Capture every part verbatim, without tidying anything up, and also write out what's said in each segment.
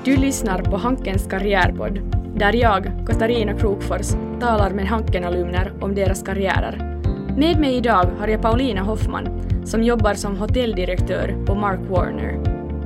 Du lyssnar på Hankens karriärpodd, där jag, Katarina Krokfors, talar med Hanken-alumner om deras karriärer. Med mig idag har jag Paulina Hoffman, som jobbar som hotelldirektör på Mark Warner.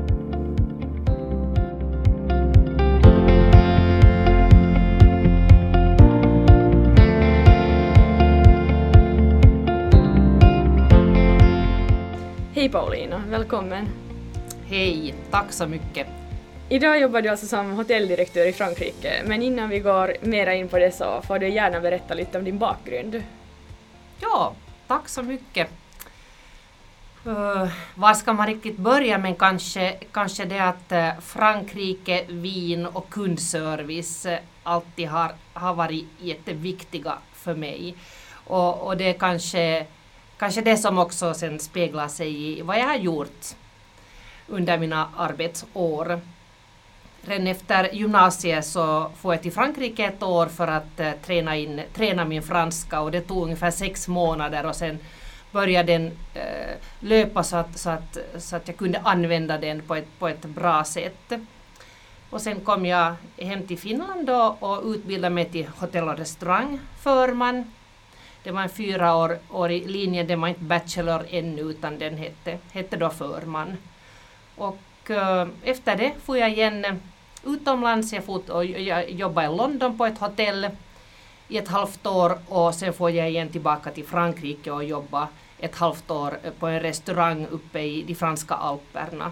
Hej Paulina, välkommen. Hej, tack så mycket. Idag jobbar du alltså som hotelldirektör i Frankrike, men innan vi går mera in på det så får du gärna berätta lite om din bakgrund. Ja, tack så mycket. Uh, var ska man riktigt börja, men kanske, kanske det att uh, Frankrike, vin och kundservice uh, alltid har, har varit jätteviktiga för mig. Och, och det är kanske, kanske det som också sen speglar sig i vad jag har gjort under mina arbetsår. Redan efter gymnasiet så får jag till Frankrike ett år för att uh, träna, in, träna min franska, och det tog ungefär sex månader och sen började den uh, löpa så att, så, att, så att jag kunde använda den på ett, på ett bra sätt. Och sen kom jag hem till Finland då och utbildade mig till hotell- och restaurangförman. Det var en fyra år, år i linje, det var inte bachelor ännu utan den hette, hette då förman. Och uh, efter det får jag igen utomlands, jag får och jag jobbar i London på ett hotell i ett halvt år, och sen får jag igen tillbaka till Frankrike och jobba ett halvt år på en restaurang uppe i de franska alperna.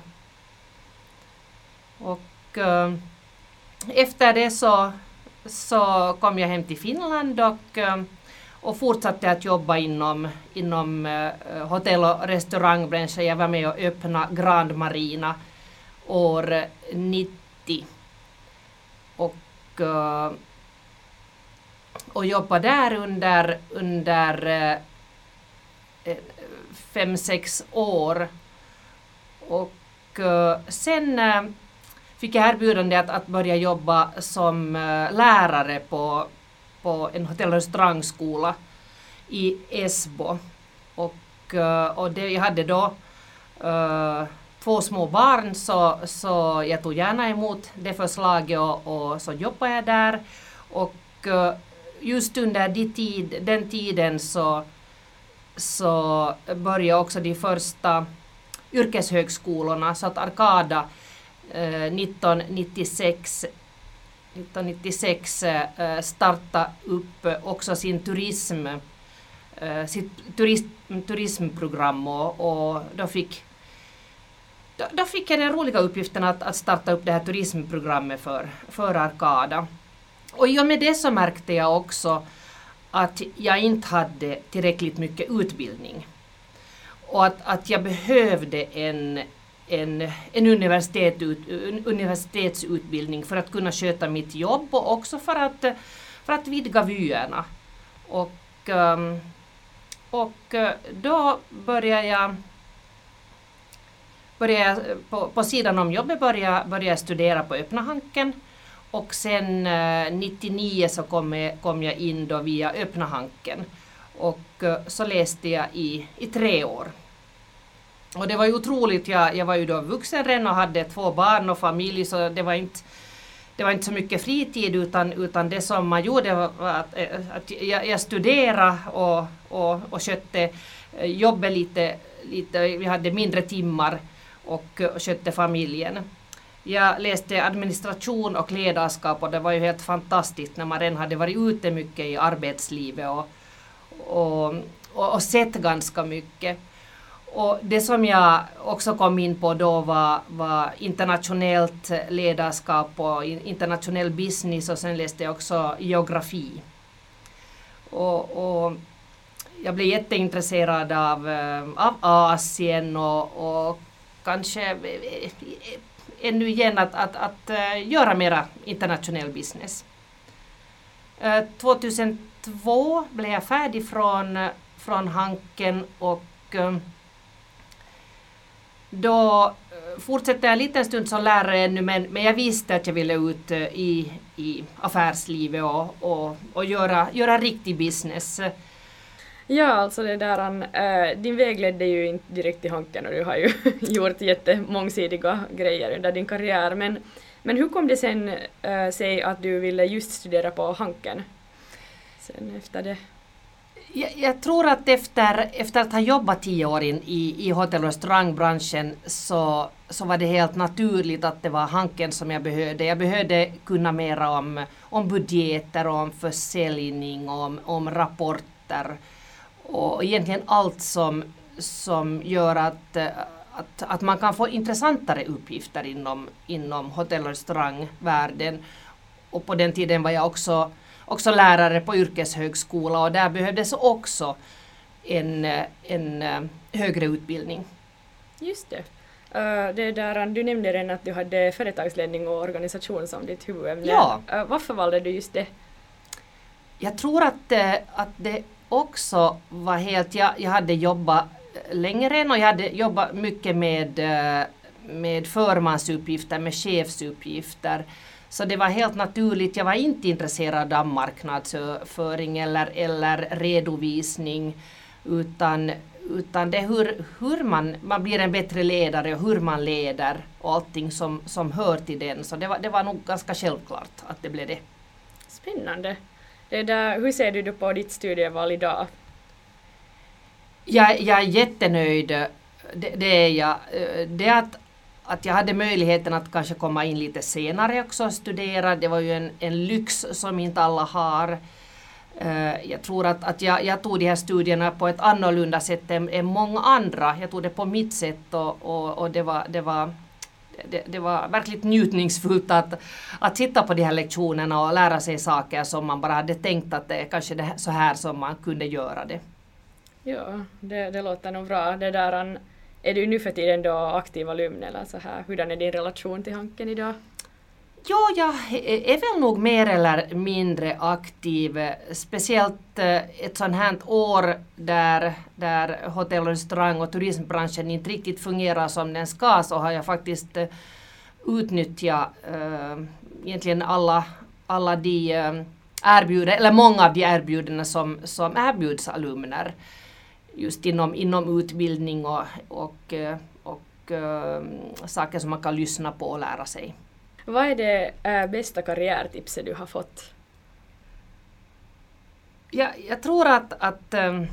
Och uh, efter det så, så kom jag hem till Finland och, uh, och fortsatte att jobba inom, inom uh, hotell- och restaurangbranschen. Jag var med och öppnade Grand Marina år nittio. Och, uh, och jobbade där under, under uh, fem, sex år. Och uh, sen uh, fick jag erbjudande att, att börja jobba som uh, lärare på, på en hotell- och restaurangskola i Esbo. Och, uh, och det, jag hade då uh, två små barn, så, så jag tog gärna emot det förslaget och, och så jobbade jag där. Och uh, just under de tid, den tiden så, så började också de första yrkeshögskolorna, så att Arkada uh, nittonhundranittiosex, nittonhundranittiosex uh, startade upp också sin turism, uh, sitt turist, turismprogram, och, och då fick Då, då fick jag den roliga uppgiften att, att starta upp det här turismprogrammet för, för Arkada. Och i och med det så märkte jag också att jag inte hade tillräckligt mycket utbildning. Och att, att jag behövde en, en, en universitet, universitetsutbildning för att kunna sköta mitt jobb, och också för att, för att vidga vyerna. Och, um, och då började jag Började på, på sidan om jobbet började, började studera på öppna Hanken, och sen eh, nittionio så kom jag, kom jag in då via öppna Hanken, och eh, så läste jag i, i tre år. Och det var ju otroligt, jag, jag var ju då vuxen redan och hade två barn och familj, så det var inte, det var inte så mycket fritid, utan, utan det som man gjorde var att, att jag, jag studerade och, och, och skötte jobbet lite, lite, vi hade mindre timmar och skötte familjen. Jag läste administration och ledarskap, och det var ju helt fantastiskt när man redan hade varit ute mycket i arbetslivet och, och, och, och sett ganska mycket. Och det som jag också kom in på då var, var internationellt ledarskap och internationell business, och sen läste jag också geografi. Och, och jag blev jätteintresserad av, av Asien och, och kanske ännu igen att, att, att göra mera internationell business. tjugohundratvå blev jag färdig från, från Hanken, och då fortsatte jag en liten stund som lärare ännu, men, men jag visste att jag ville ut i, i affärslivet och, och, och göra, göra riktig business. Ja, alltså det där, äh, din väg ledde ju inte direkt till Hanken, och du har ju gjort jättemångsidiga grejer under din karriär, men Men hur kom det sen äh, sig att du ville just studera på Hanken? Sen efter det? Jag, jag tror att efter, efter att ha jobbat tio år in i, i hotell- och restaurangbranschen så, så var det helt naturligt att det var Hanken som jag behövde. Jag behövde kunna mer om, om budgeter, om försäljning, om, om rapporter och egentligen allt som, som gör att, att, att man kan få intressantare uppgifter inom, inom hotell- och restaurangvärlden. Och på den tiden var jag också också lärare på yrkeshögskola och där behövdes också en, en högre utbildning. Just det. Uh, det där, du nämnde redan att du hade företagsledning och organisation som ditt huvudämne. Ja. Uh, varför valde du just det? Jag tror att, att det också var helt, jag, jag hade jobbat längre än och jag hade jobbat mycket med, med förmansuppgifter, med chefsuppgifter. Så det var helt naturligt, jag var inte intresserad av marknadsföring eller, eller redovisning utan, utan det är hur, hur man, man blir en bättre ledare och hur man leder och allting som, som hör till den. Så det var, det var nog ganska självklart att det blev det. Spännande. Det där, hur ser du på ditt studieval idag? Jag, jag är jättenöjd. Det, det är jag. Det är att Att jag hade möjligheten att kanske komma in lite senare också och studera. Det var ju en, en lyx som inte alla har. Uh, jag tror att, att jag, jag tog de här studierna på ett annorlunda sätt än, än många andra. Jag tog det på mitt sätt och, och, och det, var, det, var, det, det var verkligt njutningsfullt att, att sitta på de här lektionerna och lära sig saker som man bara hade tänkt att det är kanske det, så här som man kunde göra det. Ja, det, det låter nog bra. Det där an, är du nu för tiden då aktiv alumn eller så här? Hurdan är din relation till Hanken idag? Ja, jag är väl nog mer eller mindre aktiv. Speciellt ett sånt här år där, där hotell- och restaurang- och turismbranschen inte riktigt fungerar som den ska, så har jag faktiskt utnyttjat äh, egentligen alla, alla de äh, erbjuden, eller många av de erbjudanden som, som erbjuds alumner. Just inom, inom utbildning och, och, och äh, saker som man kan lyssna på och lära sig. Vad är det äh, bästa karriärtipset du har fått? Jag, jag tror att, att ähm,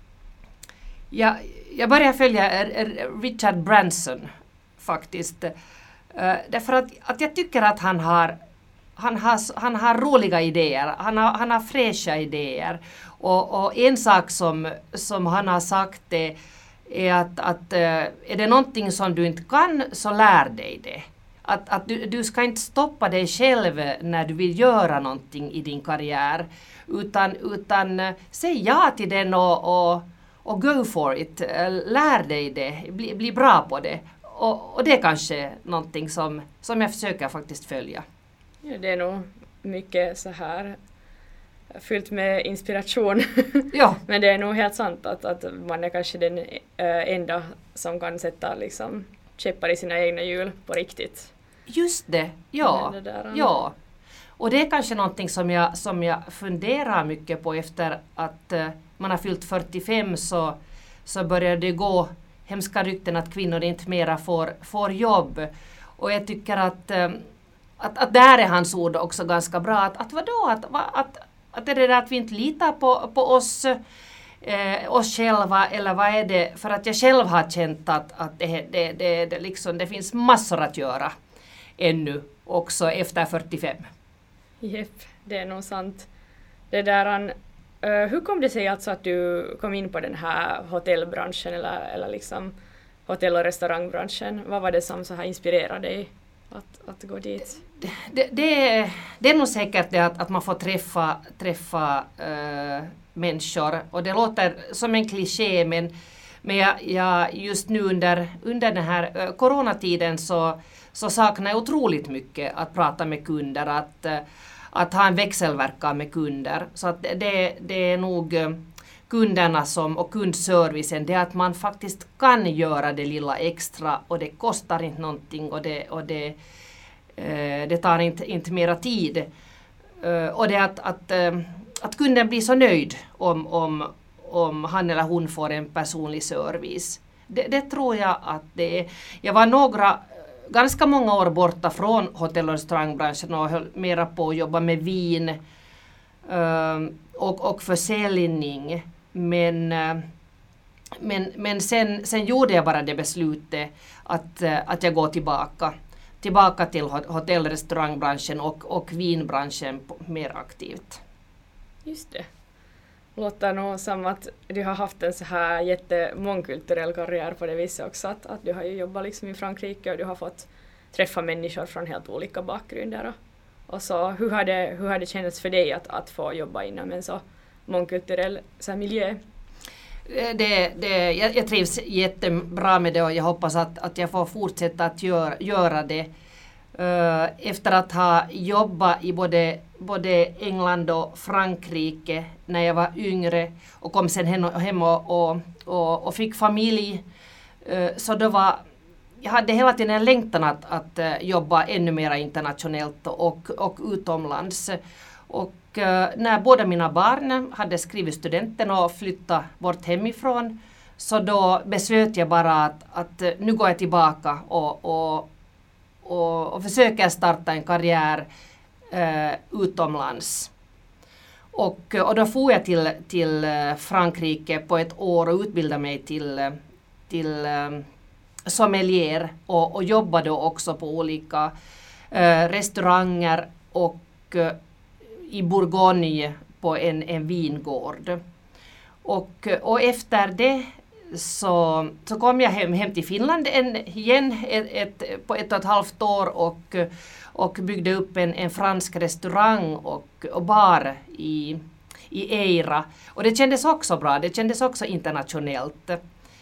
jag, jag börjar följa Richard Branson faktiskt. Äh, därför att, att jag tycker att han har, han har, han har roliga idéer, han har, han har fräscha idéer. Och, och en sak som, som han har sagt är, är att, att äh, är det någonting som du inte kan så lär dig det. Att, att du, du ska inte stoppa dig själv när du vill göra någonting i din karriär, utan, utan säg ja till den och, och, och go for it. Lär dig det, bli, bli bra på det. Och, och det är kanske någonting som, som jag försöker faktiskt följa. Ja, det är nog mycket så här fyllt med inspiration. Ja. Men det är nog helt sant att, att man är kanske den äh, enda som kan sätta liksom, käppar i sina egna hjul på riktigt. Just det, ja. Det där, ja. Och det är kanske någonting som jag, som jag funderar mycket på efter att uh, man har fyllt fyrtiofem, så, så börjar det gå hemska rykten att kvinnor inte mera får, får jobb. Och jag tycker att, uh, att, att där är hans ord också ganska bra. Att, att vadå? Att, att, att är det där att vi inte litar på, på oss, eh, oss själva, eller vad är det? För att jag själv har känt att, att det, det, det, det, liksom, det finns massor att göra ännu också efter fyrtiofem. Jepp, det är nog sant. Det där, uh, hur kom det sig alltså att du kom in på den här hotellbranschen eller, eller liksom hotell- och restaurangbranschen? Vad var det som så här inspirerade dig att, att gå dit? Det, det, det, det är nog säkert det att, att man får träffa, träffa uh, människor, och det låter som en kliché, men, men jag, jag just nu under, under den här uh, coronatiden så så saknar jag otroligt mycket att prata med kunder, att, att ha en växelverkan med kunder. Så att det, det är nog kunderna som, och kundservicen, det är att man faktiskt kan göra det lilla extra, och det kostar inte någonting, och det, och det, det tar inte, inte mera tid. Och det är att, att, att kunden blir så nöjd om, om, om han eller hon får en personlig service. Det, det tror jag att det är. Jag var några ganska många år borta från hotell- och restaurangbranschen och höll mera på att jobba med vin uh, och, och försäljning. Men, uh, men, men sen, sen gjorde jag bara det beslutet att, uh, att jag går tillbaka. Tillbaka till hotell- och restaurangbranschen och, och vinbranschen mer aktivt. Just det. Låter nog som att du har haft en så här jättemångkulturell karriär på det viset också. Att, att du har ju jobbat liksom i Frankrike och du har fått träffa människor från helt olika bakgrunder. Och, och så, hur har det, hur har det känts för dig att, att få jobba inom en så mångkulturell så här miljö? Det, det, jag, jag trivs jättebra med det och jag hoppas att, att jag får fortsätta att gör, göra det. Uh, efter att ha jobbat i både, både England och Frankrike när jag var yngre och kom sen hem, hem och, och, och, och fick familj. Uh, så då var, jag hade hela tiden en längtan att, att uh, jobba ännu mer internationellt och, och utomlands. Och uh, när båda mina barn hade skrivit studenten och flyttat bort hemifrån så då beslöt jag bara att, att uh, nu går jag tillbaka och, och Och, och försöker starta en karriär eh, utomlands. Och, och då får jag till, till Frankrike på ett år och utbildade mig till, till eh, sommelier och, och jobbade då också på olika eh, restauranger och eh, i Bourgogne på en, en vingård. Och, och efter det Så, så kom jag hem, hem till Finland en, igen ett, ett, på ett och ett halvt år och, och byggde upp en, en fransk restaurang och, och bar i, i Eira. Och det kändes också bra, det kändes också internationellt.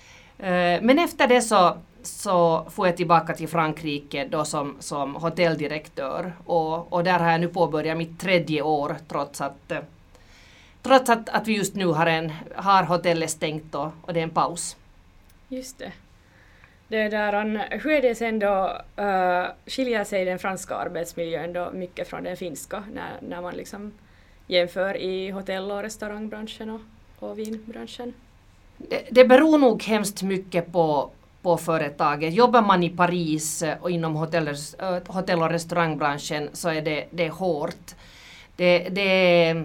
Men efter det så, så får jag tillbaka till Frankrike då som, som hotelldirektör. Och, och där har jag nu påbörjat mitt tredje år trots att Trots att, att vi just nu har, en, har hotellet stängt och, och det är en paus. Just det. det där, hur är det sen då, uh, skiljer sig den franska arbetsmiljön då mycket från den finska när, när man liksom jämför i hotell- och restaurangbranschen och, och vinbranschen? Det, det beror nog hemskt mycket på, på företaget. Jobbar man i Paris och inom hotell, hotell- och restaurangbranschen så är det, det är hårt. Det, det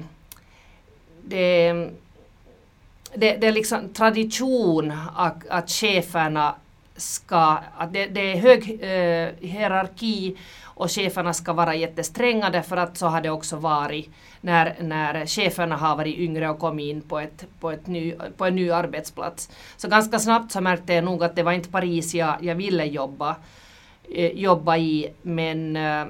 Det, det, det är liksom tradition att, att cheferna ska, att det, det är hög eh, hierarki och cheferna ska vara jättestränga därför att så har det också varit när, när cheferna har varit yngre och kommit in på, ett, på, ett ny, på en ny arbetsplats. Så ganska snabbt så märkte jag nog att det var inte Paris jag, jag ville jobba, eh, jobba i, men eh,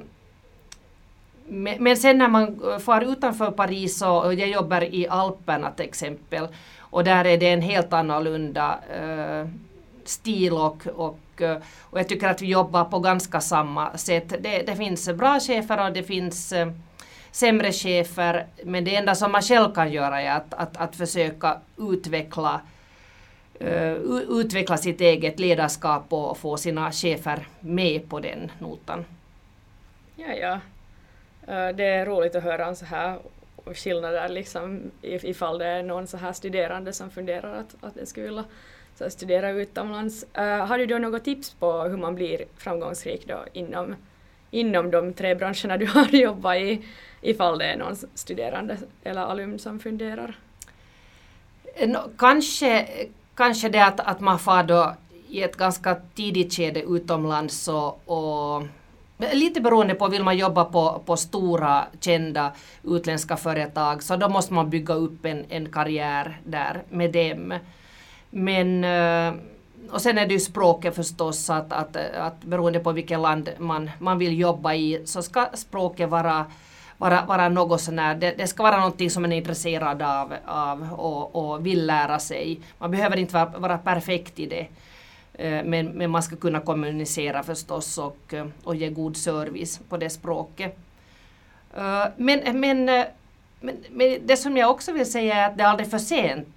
Men sen när man far utanför Paris och jag jobbar i Alperna till exempel och där är det en helt annorlunda uh, stil och, och, och jag tycker att vi jobbar på ganska samma sätt. Det, det finns bra chefer och det finns uh, sämre chefer men det enda som man själv kan göra är att, att, att försöka utveckla, uh, utveckla sitt eget ledarskap och få sina chefer med på den notan. Ja, ja. Det är roligt att höra om så här skillnader liksom, ifall det är någon så här studerande som funderar att, att den skulle vilja så här, studera utomlands. Uh, har du då något tips på hur man blir framgångsrik då inom, inom de tre branscherna du har jobbat i, ifall det är någon studerande eller alumn som funderar? No, kanske, kanske det att, att man får då i ett ganska tidigt skede utomlands och, och lite beroende på, vill man jobba på, på stora kända utländska företag så då måste man bygga upp en, en karriär där med dem. Men, och sen är det ju språket förstås att, att, att beroende på vilket land man, man vill jobba i så ska språket vara, vara, vara något sånär, det, det ska vara någonting som man är intresserad av, av och, och vill lära sig. Man behöver inte vara, vara perfekt i det. Men, men man ska kunna kommunicera förstås och, och ge god service på det språket. Men, men, men, men det som jag också vill säga är att det är aldrig för sent.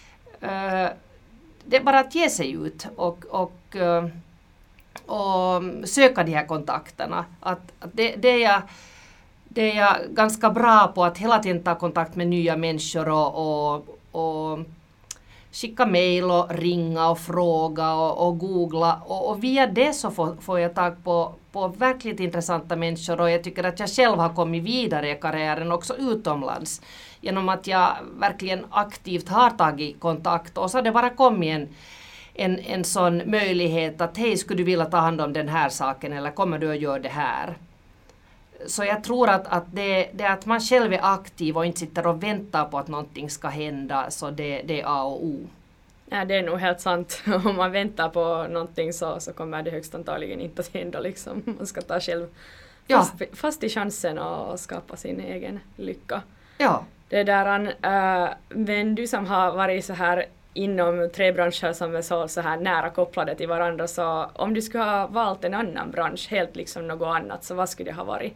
Det är bara att ge sig ut och, och, och söka de här kontakterna. Att, att det, det, är jag, det är jag ganska bra på att hela tiden ta kontakt med nya människor och, och, och skicka mejl och ringa och fråga och, och googla. Och, och via det så får, får jag tag på, på verkligt intressanta människor, och jag tycker att jag själv har kommit vidare i karriären också utomlands. Genom att jag verkligen aktivt har tagit kontakt, och så har det bara kommit en, en, en sån möjlighet att hej, skulle du vilja ta hand om den här saken eller kommer du att göra det här? Så jag tror att, att det, det att man själv är aktiv och inte sitter och väntar på att någonting ska hända, så det, det är A och O. Ja, det är nog helt sant. Om man väntar på någonting så, så kommer det högst antagligen inte att hända. Liksom. Man ska ta själv fast, ja. fast i chansen och skapa sin egen lycka. Ja. Det där, äh, men du som har varit så här inom tre branscher som är så, så här nära kopplade till varandra, så om du skulle ha valt en annan bransch, helt liksom något annat, så vad skulle det ha varit?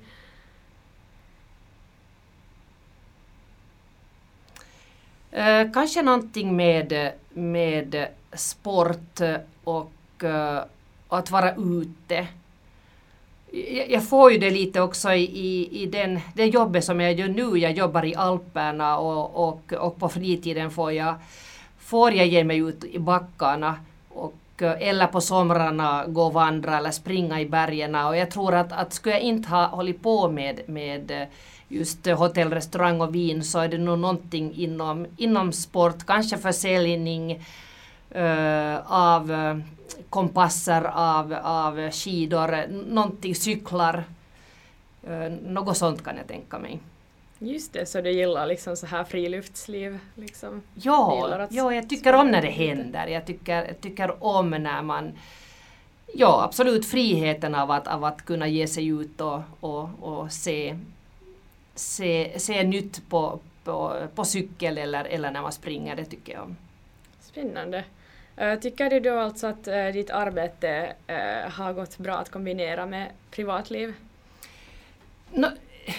Uh, kanske någonting med, med sport och uh, att vara ute. Jag, jag får ju det lite också i, i, i den, det jobbet som jag gör nu. Jag jobbar i Alperna och, och, och på fritiden får jag, får jag ge mig ut i backarna och, eller på somrarna gå och vandra eller springa i bergen. Och jag tror att, att skulle jag inte ha hållit på med, med just hotell, restaurang och vin, så är det nog någonting inom, inom sport, kanske försäljning uh, av uh, kompasser, av, av skidor, någonting, cyklar, uh, något sånt kan jag tänka mig. Just det, så du gillar liksom så här friluftsliv? Liksom. Ja, ja, jag tycker om när det händer. Jag tycker, jag tycker om när man, ja absolut friheten av att, av att kunna ge sig ut och, och, och se Se, se nytt på, på, på cykel eller, eller när man springer, det tycker jag om. Spännande. Uh, tycker du då alltså att uh, ditt arbete uh, har gått bra att kombinera med privatliv? No,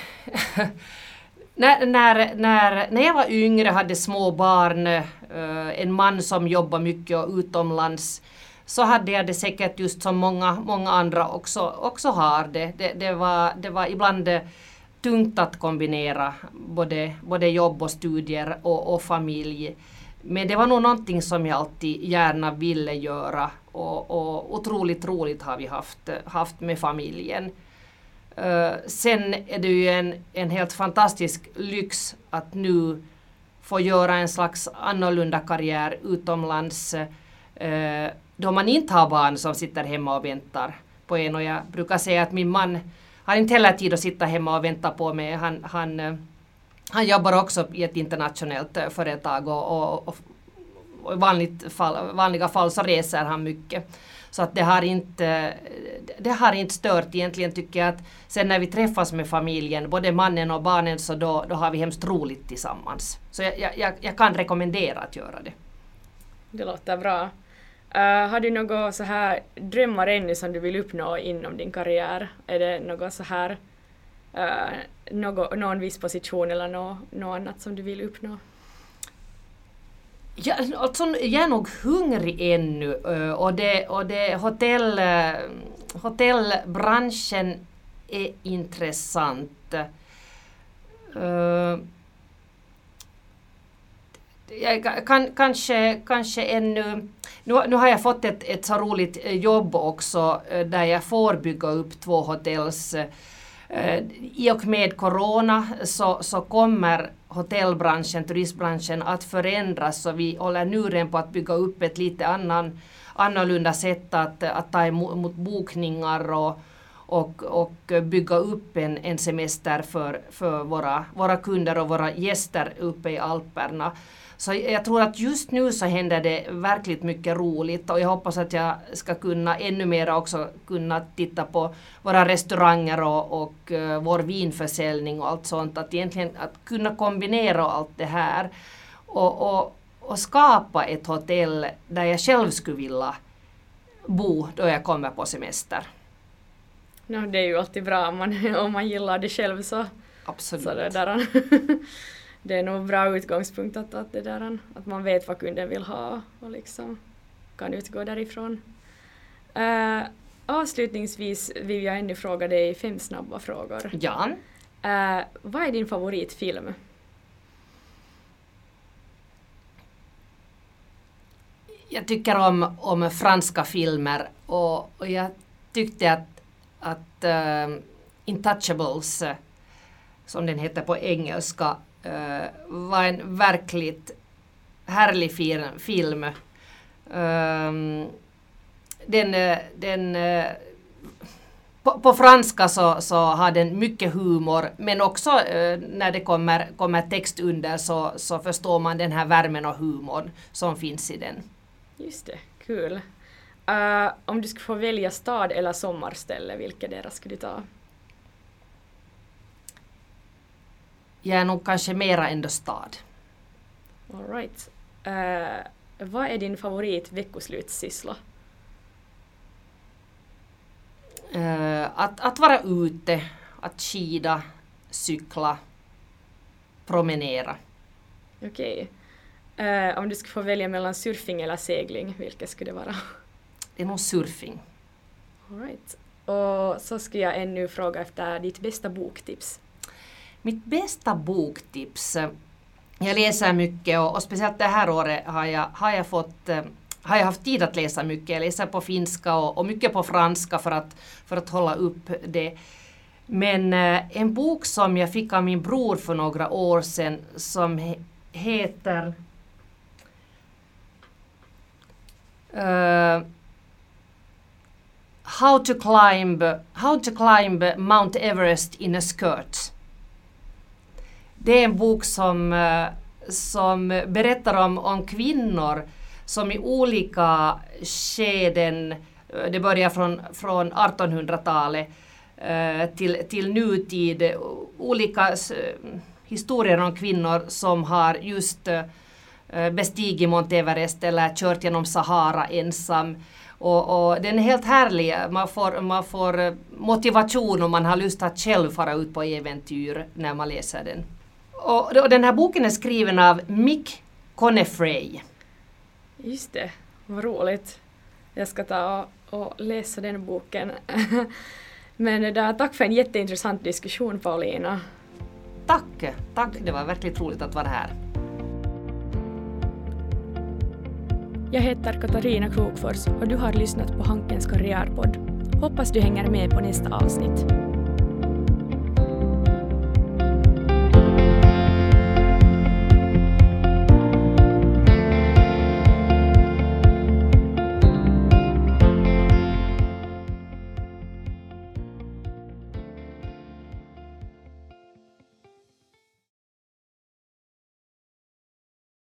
när, när, när, när jag var yngre, hade små barn, uh, en man som jobbar mycket och utomlands, så hade jag det säkert just som många, många andra också, också har det. Det, det, var, det var ibland tungt att kombinera både, både jobb och studier och, och familj. Men det var nog någonting som jag alltid gärna ville göra, och, och otroligt roligt har vi haft, haft med familjen. Uh, sen är det ju en, en helt fantastisk lyx att nu få göra en slags annorlunda karriär utomlands, uh, då man inte har barn som sitter hemma och väntar på en. Och jag brukar säga att min man har inte heller tid att sitta hemma och vänta på mig. Han, han, han jobbar också i ett internationellt företag, och, och, och i vanligt fall, vanliga fall så reser han mycket. Så att det har inte, det har inte stört egentligen, tycker jag, att sen när vi träffas med familjen, både mannen och barnen, så då, då har vi hemskt roligt tillsammans. Så jag, jag, jag kan rekommendera att göra det. Det låter bra. Uh, har du några så här drömmar ännu som du vill uppnå inom din karriär? Är det något så här, uh, något, någon viss position eller något, något annat som du vill uppnå? Ja, alltså, jag är nog hungrig ännu, uh, och, det, och det, hotell, uh, hotellbranschen är intressant. Uh, jag kan, kanske, kanske ännu... Nu, nu har jag fått ett, ett så roligt jobb också, där jag får bygga upp två hotells. I och med corona så, så kommer hotellbranschen, turistbranschen att förändras, så vi håller nu redan på att bygga upp ett lite annan, annorlunda sätt att, att ta emot bokningar och, och, och bygga upp en, en semester för, för våra, våra kunder och våra gäster uppe i Alperna. Så jag tror att just nu så händer det verkligt mycket roligt, och jag hoppas att jag ska kunna ännu mer också kunna titta på våra restauranger och, och uh, vår vinförsäljning och allt sånt. Att egentligen att kunna kombinera allt det här och, och, och skapa ett hotell där jag själv skulle vilja bo då jag kommer på semester. No, det är ju alltid bra om man, om man gillar det själv, så. Absolut. Så det där. Det är nog bra utgångspunkt att, att, det där, att man vet vad kunden vill ha och liksom kan utgå därifrån. Uh, avslutningsvis vill jag ännu fråga dig fem snabba frågor. Ja. Uh, vad är din favoritfilm? jag tycker om, om franska filmer och, och jag tyckte att, att uh, Intouchables, uh, som den heter på engelska, uh, var en verkligt härlig fil- film. Uh, den, den, uh, på, på franska så, så har den mycket humor, men också uh, när det kommer, kommer text under så, så förstår man den här värmen och humorn som finns i den. Just det, kul. Uh, om du skulle få välja stad eller sommarställe, vilka deras skulle du ta? Jag är nog kanske mera ändå stad. All right. Uh, vad är din favorit veckoslutssyssla? Uh, att, att vara ute, att skida, cykla, promenera. Okej. Okay. Uh, om du skulle få välja mellan surfing eller segling, vilket skulle det vara? Det är nog surfing. All right. Och så ska jag ännu fråga efter ditt bästa boktips. Mitt bästa boktips, jag läser mycket och, och speciellt det här året har jag, har jag fått har jag haft tid att läsa mycket. Jag läser på finska och, och mycket på franska för att, för att hålla upp det. Men eh, en bok som jag fick av min bror för några år sedan som he, heter uh, How to climb How to climb Mount Everest in a skirt. Det är en bok som, uh, som berättar om, om kvinnor som i olika skeden, det börjar från, från artonhundratalet uh, till, till nutid, olika uh, historier om kvinnor som har just uh, bestigit Mount Everest eller kört genom Sahara ensam. Och, och den är helt härlig. Man får, man får motivation om man har lust att själv fara ut på äventyr när man läser den. Och, och den här boken är skriven av Mick Connefray. Just det, vad roligt. Jag ska ta och, och läsa den boken. Men där, tack för en jätteintressant diskussion, Paulina. Tack, tack. Det var verkligen roligt att vara här. Jag heter Katarina Krokfors och du har lyssnat på Hankens karriärpodd. Hoppas du hänger med på nästa avsnitt.